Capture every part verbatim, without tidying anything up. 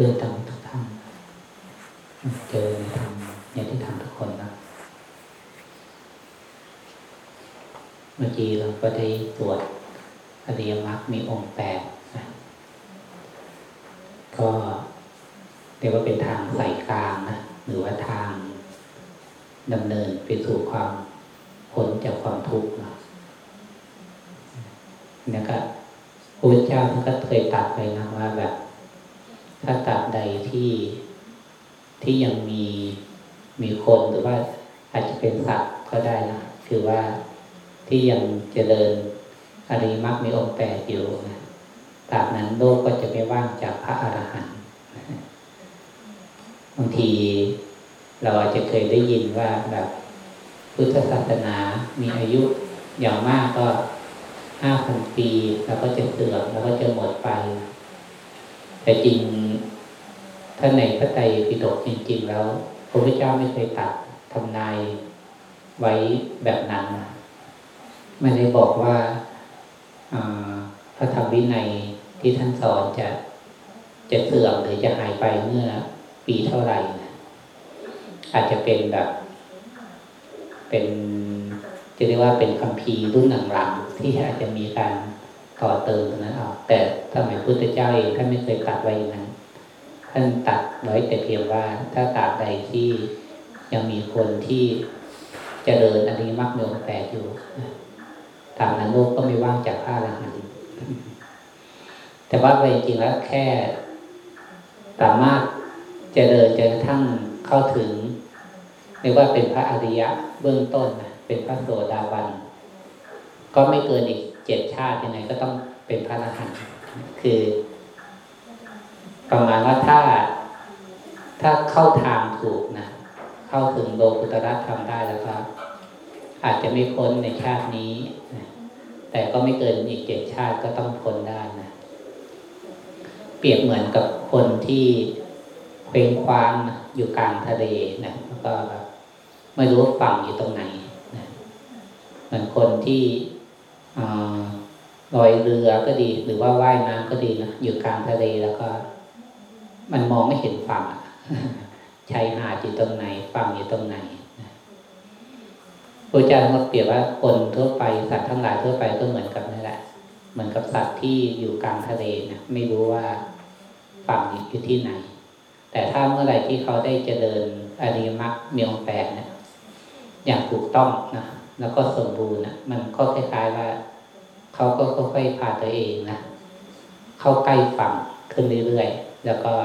พื่อนธรรมทุกท่านเจอในธรรมในที่ธรรมทุกคนนะเมื่อกี้เราก็ได้ตรวจอริยมรรคมีองค์แปดนะก็เรียกว่าเป็นทางสายกลางนะหรือว่าทางดำเนินไปสู่ความพ้นจากความทุกข์นะนี่ก็พระพุทธเจ้าท่านก็เคยตรัสไปนะว่าแบบถ้าตราบใดที่ที่ยังมีมีคนหรือว่าอาจจะเป็นสัตว์ก็ได้นะคือว่าที่ยังเจริญอริยมรรคมีองค์แปดอยู่นะตราบนั้นโลกก็จะไม่ว่างจากพระอรหันต์บางทีเราอาจจะเคยได้ยินว่าแบบพุทธศาสนามีอายุอย่างมากก็ห้าพันปีแล้วก็จะเสื่อมแล้วก็จะหมดไปแต่จริงถ้าในพระไตรปิฎกจริงๆแล้วพระพุทธเจ้าไม่เคยตัดทำนายไว้แบบนั้นนะไม่ได้บอกว่าพระธรรมวินัยที่ท่านสอนจะจะเสื่อมหรือจะหายไปเมื่อปีเท่าไหร่นะอาจจะเป็นแบบเป็นจะเรียกว่าเป็นคัมภีร์รุ่นหลังๆที่อาจจะมีการต่อเติมนั้นออกแต่สมัยพุทธเจ้าเองท่านไม่เคยตัดไว้อย่างนั้นท่านตัดไว้แต่เพียงว่าถ้าตราบใดที่ยังมีคนที่เจริญอริยมรรคมีองค์แปดอยู่ตามนั้นโลกก็ไม่ว่างจากพระอรหันต์แต่ว่าจริงๆแล้วแค่สามารถเจริญจนกระทั่งเข้าถึงเรียกว่าเป็นพระอริยะเบื้องต้นนะเป็นพระโสดาบันก็ไม่เกินอีกเจ็ดชาติยังไงก็ต้องเป็นพระอรหันต์คือประมาณว่าถ้าถ้าเข้าทางถูกนะเข้าถึงโลกุตตรธรรมได้แล้วก็อาจจะไม่พ้นในชาตินี้นะแต่ก็ไม่เกินอีกเจ็ดชาติก็ต้องพ้นได้นะเปรียบเหมือนกับคนที่เคว้งคว้างนะอยู่กลางทะเลนะแล้วก็แบบไม่รู้ฝั่งอยู่ตรงไหนนะเหมือนคนที่ลอยเรือก็ดีหรือว่าว่ายน้ำก็ดีนะอยู่กลางทะเลแล้วก็มันมองไม่เห็นฝั่งชายหาดอยู่ตรงไหนฝั่งอยู่ตรงไหนพระอาจารย์ก็เปรียบว่าคนทั่วไปสัตว์ทั้งหลายทั่วไปก็เหมือนกับนั่นแหละเหมือนกับสัตว์ที่อยู่กลางทะเลนะไม่รู้ว่าฝั่งอยู่ที่ไหนแต่ถ้าเมื่อไหร่ที่เขาได้เจริญอริยมรรคมีองค์แปดเนี่ยอย่างถูกต้องนะแล้วก็สมบูรณ์นะมันก็คล้ายๆว่าเขาก็ค่อยๆพาตัวเองนะเข้าใกล้ฝั่งขึ้นเรื่อยๆแล้วก็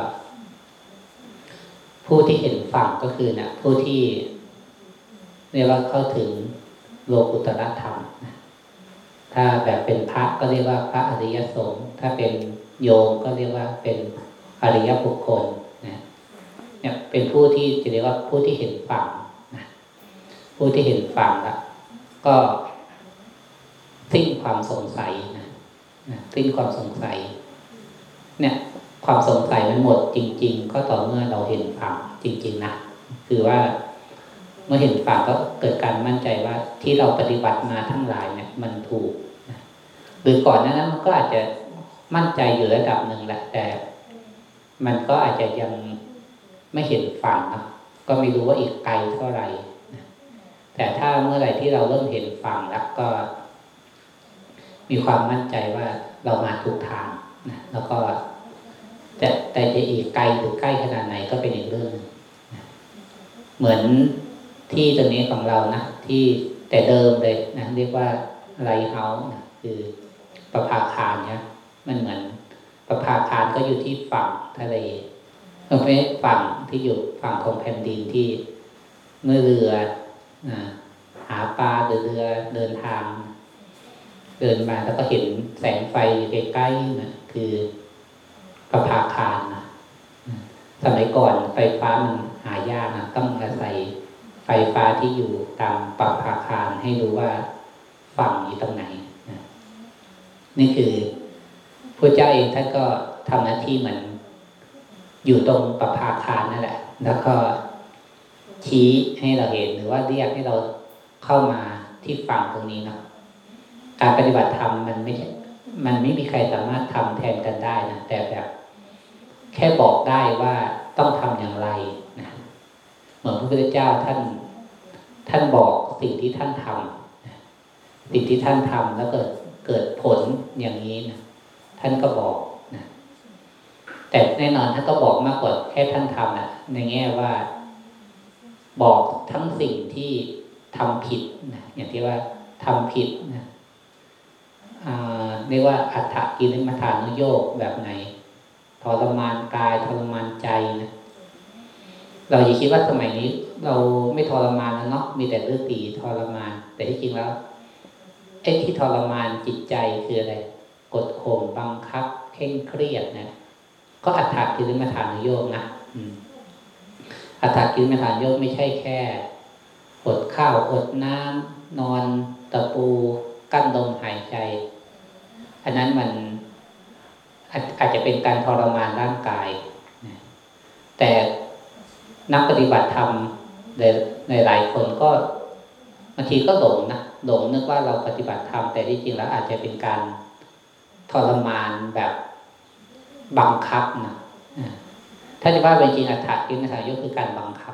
ผู้ที่เห็นฝั่งก็คือนะผู้ที่เรียกว่าเข้าถึงโลกุตตรธรรมนะถ้าแบบเป็นพระก็เรียกว่าพระอริยสงฆ์ถ้าเป็นโยมก็เรียกว่าเป็นอริยบุคคลนะเนี่ยเป็นผู้ที่จะเรียกว่าผู้ที่เห็นฝั่งนะผู้ที่เห็นฝั่งแล้วก็สิ้นความสงสัยนะนะสิ้นความสงสัยเนี่ยความสงสัยมันหมดจริงๆก็ต่อเมื่อเราเห็นฝั่งจริงๆนะคือว่าเมื่อเห็นฝั่งก็เกิดการมั่นใจว่าที่เราปฏิบัติมาทั้งหลายเนี่ยมันถูกนะหรือก่อนหน้านั้นมันก็อาจจะมั่นใจอยู่ระดับหนึ่งแหละแต่มันก็อาจจะยังไม่เห็นฝั่งนะก็ไม่รู้ว่าอีกไกลเท่าไหร่นะแต่ถ้าเมื่อไหร่ที่เราเริ่มเห็นฝั่งแล้วก็มีความมั่นใจว่าเรามาถูกทางนะแล้วก็แต่แต่จะอีกไกลหรือใกล้ขนาดไหนก็เป็นอีกเรื่องนะเหมือนที่ตรงนี้ของเรานะที่แต่เดิมเลยนะเรียกว่าไลท์เฮาส์นะคือประภาคารเนี่ยมันเหมือนประภาคารก็อยู่ที่ฝั่งทะเลก็เป็นฝั่งที่อยู่ฝั่งของแผ่นดินที่เมื่อเรือนะหาปลาหรือเรือเดินทางเดินมาแล้วก็เห็นแสงไฟอยู่ใกล้ๆนะคือประภาคารนะสมัยก่อนไฟฟ้ามันหายากนะต้องอาศัยไฟฟ้าที่อยู่ตามประภาคารให้รู้ว่าฝั่งอยู่ตรงไหนนะนี่คือพระเจ้าเองท่านก็ทำหน้าที่เหมือนอยู่ตรงประภาคารนั่นแหละแล้วก็ชี้ให้เราเห็นหรือว่าเรียกให้เราเข้ามาที่ฝั่งตรงนี้นะการปฏิบัติธรรมมันไม่มันไม่มีใครสามารถทำแทนกันได้นะแต่แบบแค่บอกได้ว่าต้องทำอย่างไรนะเหมือนพระพุทธเจ้าท่านท่านบอกสิ่งที่ท่านทำสิ่งที่ท่านทำแล้วเกิดเกิดผลอย่างนี้นะท่านก็บอกนะแต่แน่นอนท่านก็บอกมากกว่าแค่ท่านทำนะในแง่ว่าบอกทั้งสิ่งที่ทำผิดนะอย่างที่ว่าทำผิดนะเรียกว่าอัฏฐกิลมัฏฐานุโยคแบบไหนทรมานกายทรมานใจนะเราอย่าคิดว่าสมัยนี้เราไม่ทรมานแล้วเนาะมีแต่เรื่องตีทรมานแต่ที่จริงแล้วไอ้ที่ทรมานจิตใจคืออะไรกดข่มบังคับเคร่งเครียดนะก็อัฏฐกิลมัฏฐานุโยคนะอัฏฐกิลมัฏฐานุโยคไม่ใช่แค่อดข้าวอดน้ำนอนตะปูกั้นลมหายใจอันนั้นมันอาจจะเป็นการทรมานร่างกายแต่นักปฏิบัติธรรมในหลายคนก็บางทีก็หลงนะหลงนึกว่าเราปฏิบัติธรรมแต่ที่จริงแล้วอาจจะเป็นการทรมานแบบบังคับนะถ้าจะว่าเป็นจริงอัฏฐกิลมัฏฐานุโยคคือการบังคับ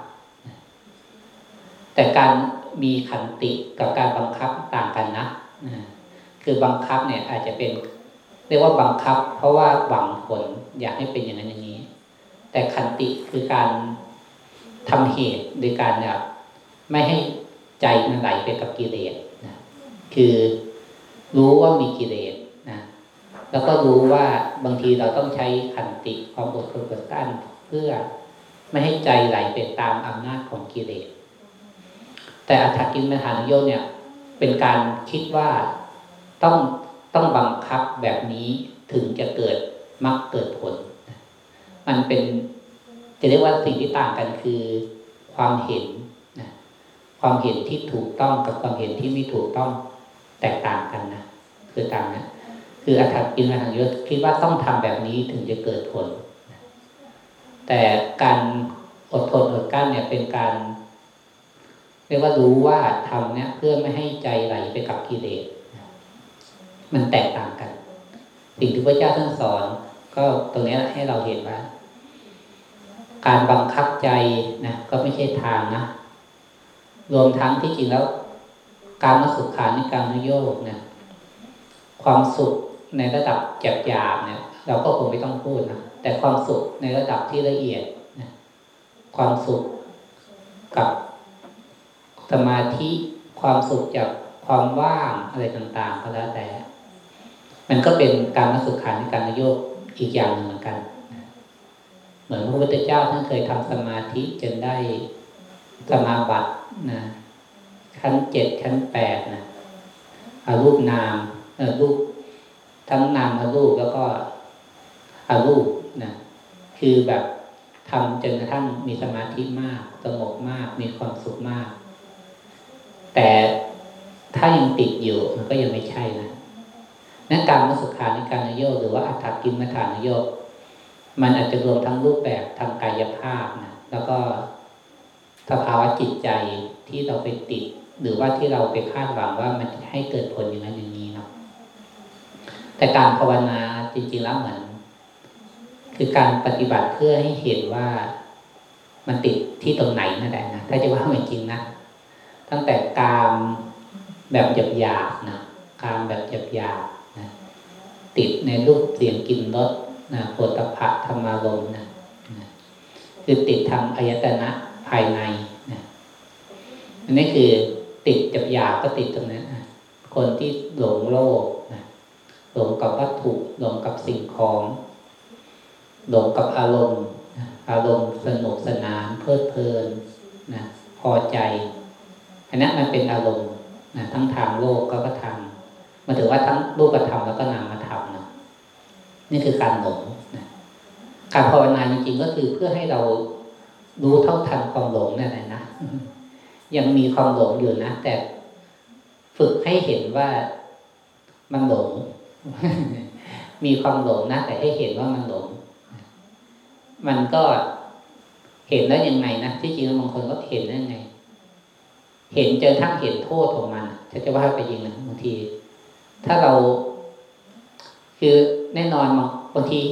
แต่การมีขันติกับการบังคับต่างกันนะคือบังคับเนี่ยอาจจะเป็นเรียกว่าบังคับเพราะว่าหวังผลอยากให้เป็นอย่างนั้นอย่างนี้แต่ขันติคือการทำเหตุโดยการแบบไม่ให้ใจมันไหลไปกับกิเลสนะคือรู้ว่ามีกิเลสนะแล้วก็รู้ว่าบางทีเราต้องใช้ขันติความอดทนอดกลั้นเพื่อไม่ให้ใจไหลไปตามอำนาจของกิเลสแต่อัฏฐกิลมัฏฐานุโยคเนี่ยเป็นการคิดว่าต้องต้องบังคับแบบนี้ถึงจะเกิดมรรคเกิดผลมันเป็นจะเรียกว่าสิ่งที่ต่างกันคือความเห็นนะความเห็นที่ถูกต้องกับความเห็นที่ไม่ถูกต้องแตกต่างกันนะคือต่างนะคืออัฏฐกิลมัฏฐานุโยคคิดว่าต้องทำแบบนี้ถึงจะเกิดผลแต่การอดทนอดกลั้นเนี่ยเป็นการเรียกว่ารู้ว่าทำเนี่ยเพื่อไม่ให้ใจไหลไปกับกิเลสมันแตกต่างกันสิ่งที่พระเจ้าท่านสอนก็ตรงนี้ให้เราเห็นว่าการบังคับใจนะก็ไม่ใช่ทางนะรวมทั้งที่จริงแล้วการมสุขานิการนุโยคนะความสุขในระดับหยาบๆเนี่ยเราก็คงไม่ต้องพูดนะแต่ความสุขในระดับที่ละเอียดนะความสุขกับสมาธิความสุขจากความว่างอะไรต่างๆก็แล้วแต่มันก็เป็นการมสุขานิการนุโยคอีกอย่างหนึ่งเหมือนกันเหมือนพระพุทธเจ้าท่านเคยทำสมาธิจนได้สมาบัตินะชั้นเจ็ดชั้นแปดนะอารูปนามเออรูปทั้งนามอารูปแล้วก็อารูปนะคือแบบทำจนกระทั่งมีสมาธิมากสงบมากมีความสุขมากแต่ถ้ายังติดอยู่มันก็ยังไม่ใช่นะนั่นการมสุขานิการนุโยคหรือว่าอัฏฐกิลมัฏฐานุโยคมันอาจจะรวมทั้งรูปแบบทางกายภาพนะแล้วก็สภาวะจิตใจที่เราไปติดหรือว่าที่เราไปคาดหวังว่ามันจะให้เกิดผลอย่างนั้นอย่างนี้เนาะแต่การภาวนาจริงๆแล้วเหมือนคือการปฏิบัติเพื่อให้เห็นว่ามันติดที่ตรงไหนนั่นแหละนะถ้าจะว่าจริงนะตั้งแต่กามแบบหยาบๆนะกามแบบหยาบๆนะติดในรูปเสียงกลิ่นรสนะโผฏฐัพพะธรรมารมณ์นะนะคือติดทางอายตนะภายในนะอันนี้คือติดหยาบๆก็ติดตรงนั้นนะคนที่หลงโลกนะหลงกับวัตถุหลงกับสิ่งของหลงกับอารมณ์นะอารมณ์สนุกสนานเพลิดเพลินนะพอใจอันนั้นมันเป็นอารมณ์นะทั้งทางโลกก็ก็ทางมันถือว่าทั้งรูปธรรมแล้วก็นามธรรมนะนี่คือการหลงนะการภาวนาจริงๆก็คือเพื่อให้เรารู้เท่าทันความหลงนั่นแหละนะยังมีความหลงอยู่นะแต่ฝึกให้เห็นว่ามันหลง มีความหลงนะแต่ให้เห็นว่ามันหลงมันก็เห็นแล้วยังไงนะที่จริงบางคนก็เห็นได้ยังไงเห็นจนทั้งเห็นโทษของมันถ้าจะว่าไปจริงนะบางทีถ้าเราคือแน่นอนบางที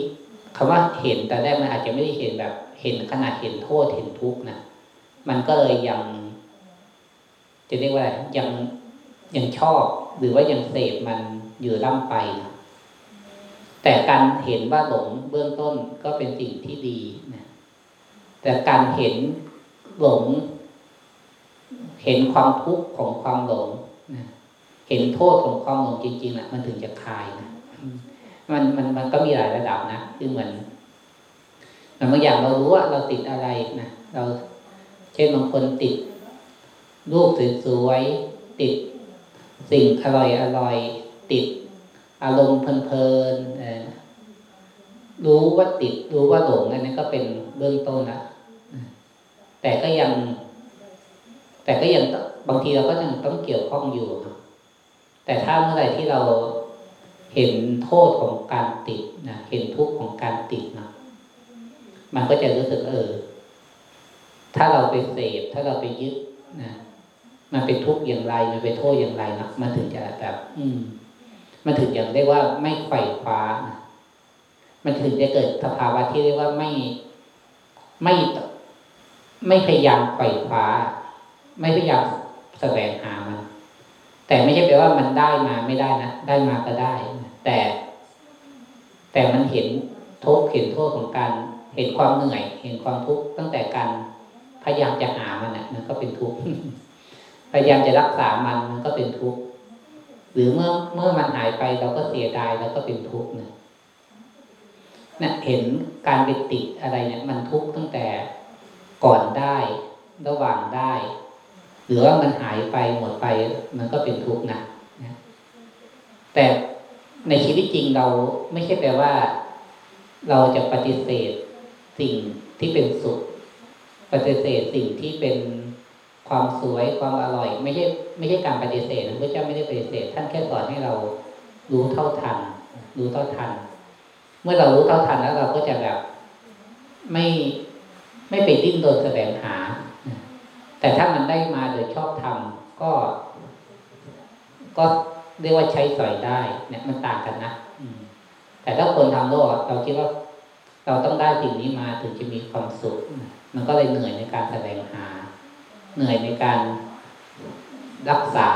คำว่าเห็นแต่แรกมันอาจจะไม่ได้เห็นแบบเห็นขนาดเห็นโทษเห็นทุกข์นะมันก็เลยยังจะเรียกว่าอะไรยังยังชอบหรือว่ายังเสพมันอยู่ร่ำไปนะแต่การเห็นว่าหลงเบื้องต้นก็เป็นสิ่งที่ดีนะแต่การเห็นหลงเห็นความทุกข์ของความหลงนะเห็นโทษของความหลงจริงๆนะมันถึงจะคลายนะมันมันมันก็มีหลายระดับนะคือเหมือนบางอย่างเรารู้ว่าเราติดอะไรนะเราเช่นบางคนติดรูปสวยๆติดสิ่งอร่อยอร่อยติดอารมณ์เพลินๆรู้ว่าติดรู้ว่าหลงอันนั้นก็เป็นเบื้องต้นนะแต่ก็ยังแต่ก็ยังบางทีเราก็ยังต้องเกี่ยวข้องอยู่แต่ถ้าเมื่อไหร่ที่เราเห็นโทษของการติดนะเห็นทุกข์ของการติดนะมันก็จะรู้สึกเออถ้าเราไปเสพถ้าเราไปยึดนะมันเป็นทุกข์อย่างไรมันเป็นโทษอย่างไรนะมันถึงจะแบบอืมมันถึงอย่างเรียกว่าไม่ไขว่คว้านะมันถึงจะเกิดสภาวะที่เรียกว่าไม่ไม่ไม่พยายามไขว่คว้าไม่พยายามแสวงหามันแต่ไม่ใช่แปลว่ามันได้มาไม่ได้นะได้มาก็ได้นะแต่แต่มันเห็นทุกข์เห็นโทษของการเห็นความเหนื่อยเห็นความทุกข์ตั้งแต่การพยายามจะหามันนะมันก็เป็นทุกข์พยายามจะรักษามันมันก็เป็นทุกข์หรือเมื่อเมื่อมันหายไปเราก็เสียดายแล้วก็เป็นทุกข์นะเนี่ยเห็นการไปติดอะไรเนี่ยมันทุกข์ตั้งแต่ก่อนได้ระหว่างได้หรือว่ามันหายไปหมดไปมันก็เป็นทุกข์นะแต่ในชีวิตจริงเราไม่ใช่แปลว่าเราจะปฏิเสธสิ่งที่เป็นสุขปฏิเสธสิ่งที่เป็นความสวยความอร่อยไม่ใช่ไม่ใช่การปฏิเสธนะพระเจ้าไม่ได้ปฏิเสธท่านแค่สอนให้เรารู้เท่าทันรู้เท่าทันเมื่อเรารู้เท่าทันแล้วเราก็จะแบบไม่ไม่ไปดิ้นรนแสวงหาแต่ถ้ามันได้มาโดยชอบธรรมก็ก็เรียกว่าใช้สอยได้เนี่ยมันต่างกันนะแต่ถ้าคนทำโลกเราคิดว่าเราต้องได้สิ่งนี้มาถึงจะมีความสุขมันก็เลยเหนื่อยในการแสวงหาเหนื่อยในการรักษา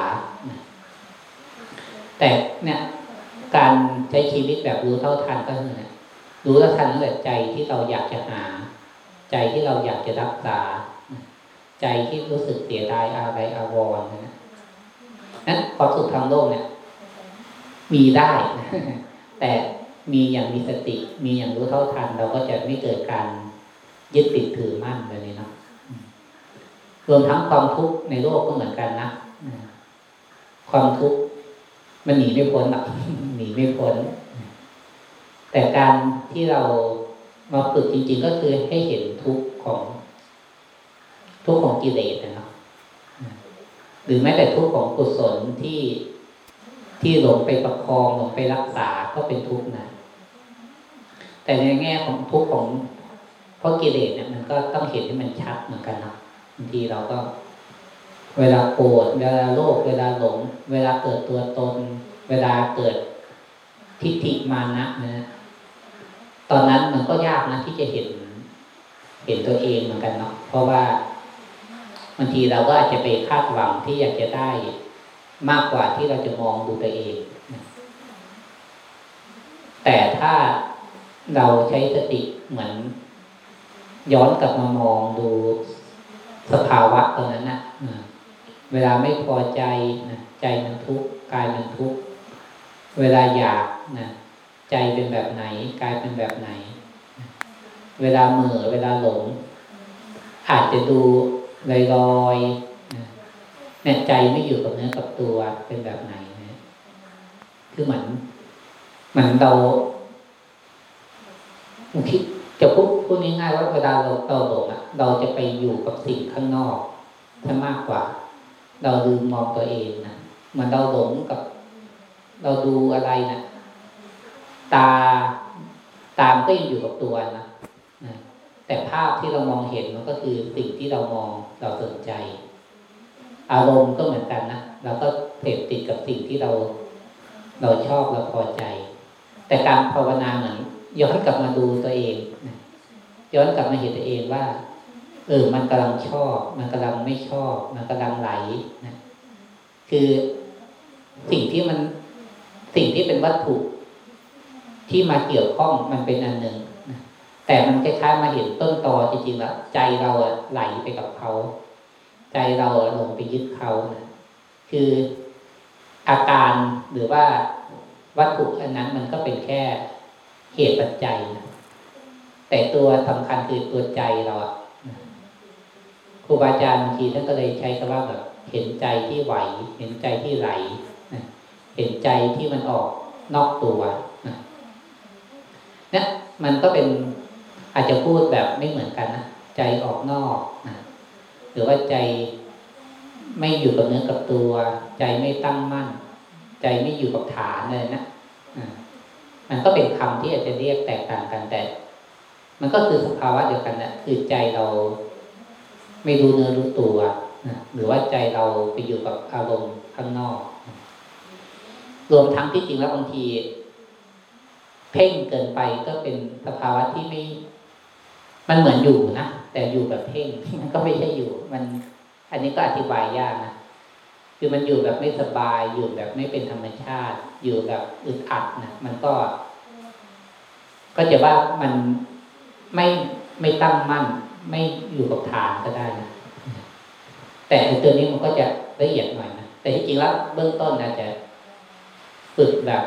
แต่เนี่ยการใช้ชีวิตแบบรู้เท่าทันก็คือเนี่ยรู้เท่าทันตั้งแต่ใจที่เราอยากจะหาใจที่เราอยากจะรักษาใจที่รู้สึกเสียดายอะไรอาวรณ์นะนั้นความสุขทางโลกเนี่ยมีได้แต่มีอย่างมีสติมีอย่างรู้เท่าทันเราก็จะไม่เกิดการยึดติดถือมั่นแบบนี้เนาะรวมทั้งความทุกข์ในโลกก็เหมือนกันนะความทุกข์มันหนีไม่พ้นหรอกหนีไม่พ้นแต่การที่เรามาฝึกจริงๆก็คือให้เห็นทุกข์ของทุกข์ของกิเลสนะหรือแม้แต่ทุกข์ของกุศลที่ที่หลงไปประคองหลงไปรักษาก็เป็นทุกข์นะแต่ในแง่ของทุกข์ของเพราะกิเลสเนี่ยมันก็ต้องเห็นให้มันชัดเหมือนกันนะบางทีเราก็เวลาโกรธเวลาโลภเวลาหลงเวลาเกิดตัวตนเวลาเกิดทิฏฐิมานะนะตอนนั้นมันก็ยากนะที่จะเห็นเห็นตัวเองเหมือนกันเนาะเพราะว่าบางทีเราก็อาจจะไปคาดหวังที่อยากจะได้มากกว่าที่เราจะมองดูตัวเองแต่ถ้าเราใช้สติเหมือนย้อนกลับมามองดูสภาวะตรงนั้นนะเวลาไม่พอใจนะใจมันทุกข์กายมันทุกข์เวลาอยากนะใจเป็นแบบไหนกายเป็นแบบไหนเวลาเหม่อเวลาหลงอาจจะดูลอยๆนะเนี่ยใจไม่อยู่กับเนื้อกับตัวเป็นแบบไหนนะคือเหมือนเหมือนเราคิดจะพูดพูดง่ายๆว่าเวลาเราเราหลงอ่ะเราจะไปอยู่กับสิ่งข้างนอกถ้ามากกว่าเราลืมมองตัวเองนะเหมือนเราหลงกับเราดูอะไรนะตาตามก็ยังอยู่กับตัวนะนะแต่ภาพที่เรามองเห็นมันก็คือสิ่งที่เรามองเราสนใจอารมณ์ก็เหมือนกันนะเราก็เสพติดกับสิ่งที่เราเราชอบเราพอใจแต่การภาวนาเหมือนย้อนกลับมาดูตัวเองนะย้อนกลับมาเห็นตัวเองว่าเออมันกำลังชอบมันกำลังไม่ชอบมันกำลังไหลนะคือสิ่งที่มันสิ่งที่เป็นวัตถุที่มาเกี่ยวข้องมันเป็นอันหนึ่งนะแต่มันคล้ายๆมาเห็นต้นตอจริงๆแล้วใจเราไหลไปกับเขาใจเราหลงไปยึดเขานะคืออาการหรือว่าวัตถุอันนั้นมันก็เป็นแค่เหตุปัจจัยนะแต่ตัวสำคัญคือตัวใจเราครูบาอาจารย์บางทีท่านก็เลยใช้คำว่าแบบเห็นใจที่ไหวเห็นใจที่ไหลนะเห็นใจที่มันออกนอกตัวนะเนี่ยมันก็เป็นอาจจะพูดแบบไม่เหมือนกันนะใจออกนอกนะหรือว่าใจไม่อยู่กับเนื้อกับตัวใจไม่ตั้งมั่นใจไม่อยู่กับฐานเลยนะมันก็เป็นคำที่อาจจะเรียกแตกต่างกันแต่มันก็คือสภาวะเดียวกันนะคือใจเราไม่รู้เนื้อรู้ตัวนะหรือว่าใจเราไปอยู่กับอารมณ์ข้างนอกรวมทั้งที่จริงแล้วบางทีเพ่งเกินไปก็เป็นสภาวะที่ไม่มันเหมือนอยู่นะแต่อยู่แบบเพ่งมันก็ไม่ใช่อยู่มันอันนี้ก็อธิบายยากนะคือมันอยู่แบบไม่สบายอยู่แบบไม่เป็นธรรมชาติอยู่แบบอึดอัดนะมันก็ก็จะว่ามันไม่ไม่ตั้งมั่นไม่อยู่กับฐานก็ได้นะแต่ตัวนี้มันก็จะละเอียดหน่อยนะแต่ที่จริงแล้วเบื้องต้นอาจจะฝึกแบบ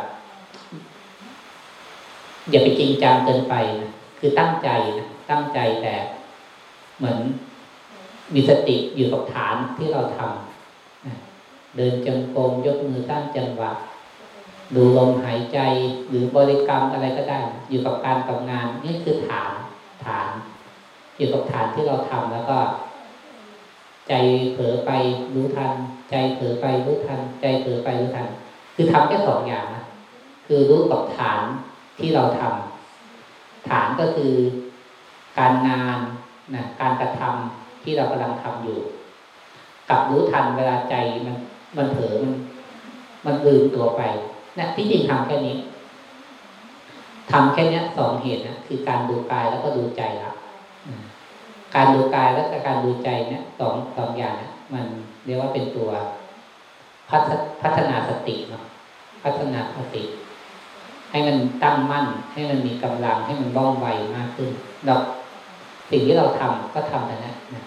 อย่าไปจริงจังเกินไปนะคือตั้งใจนะตั้งใจแต่เหมือนมีสติอยู่กับฐานที่เราทำเดินจงกรมยกมือสร้างจังหวะดูลมหายใจหรือบริกรรมอะไรก็ได้อยู่กับการกับงานนี่คือฐานฐานอยู่กับฐานที่เราทำแล้วก็ใจเผลอไปรู้ทันใจเผลอไปรู้ทันใจเผลอไปรู้ทันคือทำแค่สองอย่างนะคือรู้กับฐานที่เราทำฐานก็คือการงานนะการกระทำที่เรากำลังทำอยู่กับรู้ทันเวลาใจมันมันเผลอมันมันลืมตัวไปนะที่จริงทำแค่นี้ทำแค่นี้สองเหตุนะคือการดูกายแล้วก็ดูใจละการดูกายและการดูใจเนี่ยสองสองอย่างนะมันเรียกว่าเป็นตัวพัฒพัฒนาสติเนาะพัฒนาสติให้มันตั้งมั่นให้มันมีกำลังให้มันว่องไวมากขึ้นเราสิ่งที่เราทำก็ทำนะนะ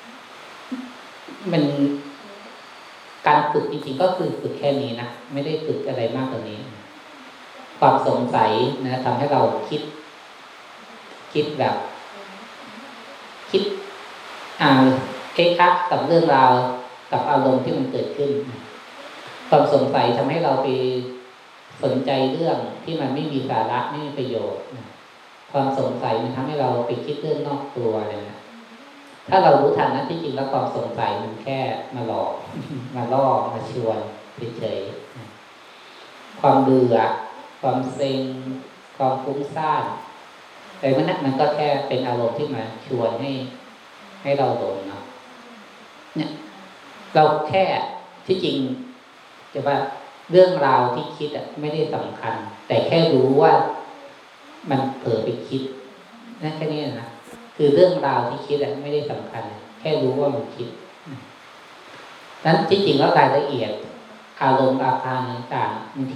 มันการฝึกจริงๆก็คือฝึกแค่นี้นะไม่ได้ฝึกอะไรมากกว่านี้ความสงสัยนะทำให้เราคิดคิดแบบคิดอ่าเอ๊ะอะกับเรื่องราวกับอารมณ์ที่มันเกิดขึ้นความสงสัยทำให้เราไปสนใจเรื่องที่มันไม่มีสาระไม่มีประโยชน์ความสงสัยมันทำให้เราไปคิดเรื่องนอกตัวเลยนะถ้าเรารู้ทันนะที่จริงแล้วความสงสัยมันแค่มาหลอกมาล่อมาชวนเฉยๆความเบื่อความเซ็งความฟุ้งซ่านแต่มันนั้นมันก็แค่เป็นอารมณ์ที่มาชวนให้ให้เราหลงเนาะเนี่ยเราแค่ที่จริงจะว่าเรื่องราวที่คิดอ่ะไม่ได้สำคัญแต่แค่รู้ว่ามันเผลอไปคิดนั่นแค่นี้นะคือเรื่องราวที่คิดอ่ะไม่ได้สำคัญแค่รู้ว่ามันคิดนั้นที่จริงแล้วรายละเอียดอารมณ์อาการต่างๆบางที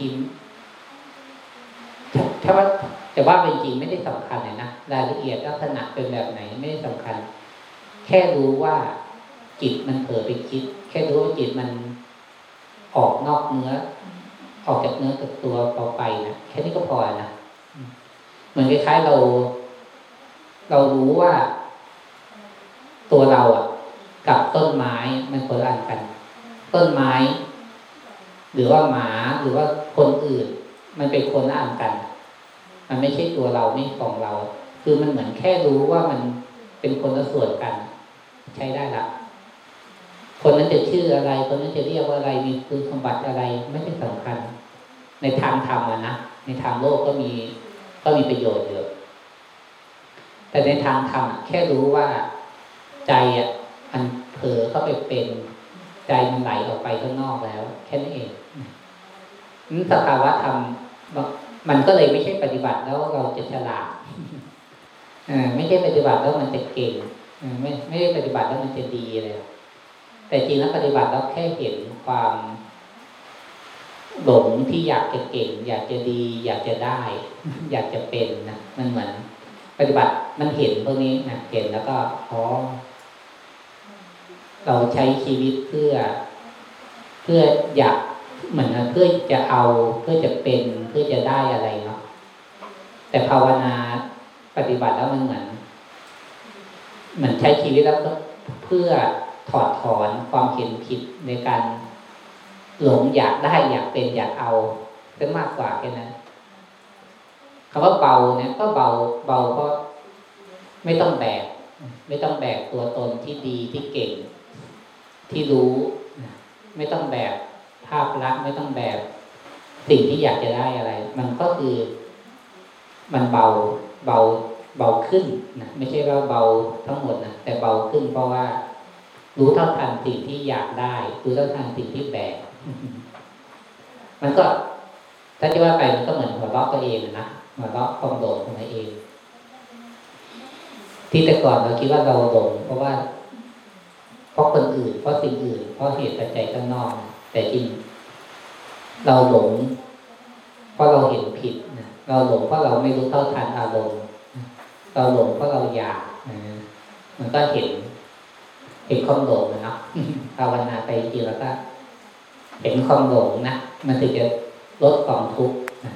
ถ้าว่าแต่ว่าเป็นจริงไม่ได้สำคัญเลยนะรายละเอียดลักษณะเป็นแบบไหนไม่ได้สำคัญแค่รู้ว่าจิตมันเผลอไปคิดแค่รู้ว่าจิตมันออกนอกเนื้อออกจากเนื้อจากตัวเราไปนะแค่นี้ก็พอนะเหมือนคล้ายๆเราเรารู้ว่าตัวเราอ่ะกับต้นไม้มันคนละอันกันต้นไม้หรือว่าหมาหรือว่าคนอื่นมันเป็นคนละอันกันมันไม่ใช่ตัวเราไม่ของเราคือมันเหมือนแค่รู้ว่ามันเป็นคนละส่วนกันใช้ได้ละคนนั้นจะชื่ออะไรคนนั้นจะเรียกว่าอะไรมีคุณสมบัติอะไรไม่ใช่สำคัญในทางธรรมอะนะในทางโลกก็มีก็มีประโยชน์เยอะแต่ในทางธรรมแค่รู้ว่าใจอ่ะมันเผลอเข้าไปเป็นใจมันไหลออกไปข้างนอกแล้วแค่นั้นเองนั้นสภาวะธรรมมันก็เลยไม่ใช่ปฏิบัติแล้วเราจะฉลาดอ่าไม่ใช่ปฏิบัติแล้วมันจะเก่งอ่าไม่ไม่ได้ปฏิบัติแล้วมันจะดีเลยแต่จริงแล้วปฏิบัติแล้วแค่เห็นความหลงที่อยากจะเก่งอยากจะดีอยากจะได้ อยากจะเป็นนะมันเหมือนปฏิบัติมันเห็นพวกนี้นะเห็นแล้วก็อ๋อเราใช้ชีวิตเพื่อเพื่ออยากเหมือนเพื่อจะเอาเพื่อจะเป็นเพื่อจะได้อะไรเนาะแต่ภาวนาปฏิบัติแล้วมันเหมือนเหมือนใช้ชีวิตแล้วก็เพื่อถอดถอนความเห็นผิดในการหลงอยากได้อยากเป็นอยากเอาเป็นมากกว่าแค่นั้นคำว่าเบาเนี่ยก็เบาเบาเพราะไม่ต้องแบกไม่ต้องแบกตัวตนที่ดีที่เก่งที่รู้ไม่ต้องแบกภาพลักษณ์ไม่ต้องแบกสิ่งที่อยากจะได้อะไรมันก็คือมันเบาเบาเบาขึ้นนะไม่ใช่ว่าเบาทั้งหมดนะแต่เบาขึ้นเพราะว่ารู้เท่าทันสิ่งที่อยากได้รู้เท่าทันสิ่งที่แบกมันก็ถ้าจะว่าไปมันก็เหมือนหัวเราะตัวเองนะหัวเราะความหลงของตัวเองที่แต่ก่อนเราคิดว่าเราหลงเพราะว่าเพราะคนอื่นเพราะสิ่งอื่นเพราะเหตุปัจจัยข้างนอกแต่จริงเราหลงเพราะเราเห็นผิดนะเราหลงเพราะเราไม่รู้เท่าทันอารมณ์เราหลงเพราะเราอยากนะมันก็เห็นเห็นความหลงนะเนาะภาวนาไปจริงแล้วก็เห็นความหลงนะมันถึงจะลดความทุกข์นะ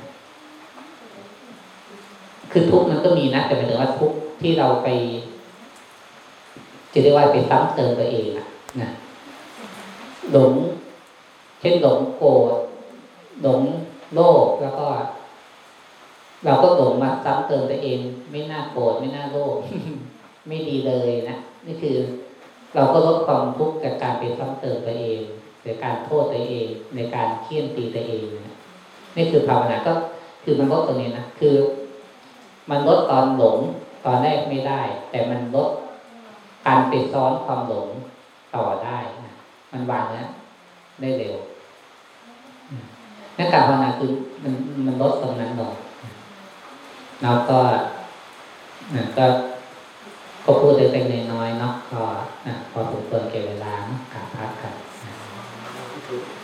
คือทุกข์มันก็มีนะแต่หมายถึงว่าทุกข์ที่เราไปจะเรียกว่าไปซ้ำเติมตัวเองนะนะหลงเช่นหลงโกรธหลงโลภแล้วก็เราก็หลงมาซ้ำเติมตัวเองไม่น่าโกรธไม่น่าโลภ ไม่ดีเลยนะนี่คือเราก็ลดความทุกข์จากการไปซ้ำเติมตัวเองในการโทษตัวเองในการเคี่ยนตีตัวเองนะนี่คือภาวนาก็คือมันลดตรงนี้นะคือมันลดตอนหลงตอนแรกไม่ได้แต่มันลดการไปซ้อนความหลงต่อได้นะมันวางแล้วได้เร็วนั่นการภาวนาคือมันมันลดตรงนั้นลงแล้วก็นะก็ก็พูดได้เป็นน้อยๆเนาะก็นะพอสมควรแก่เวลานะกราบพระกัน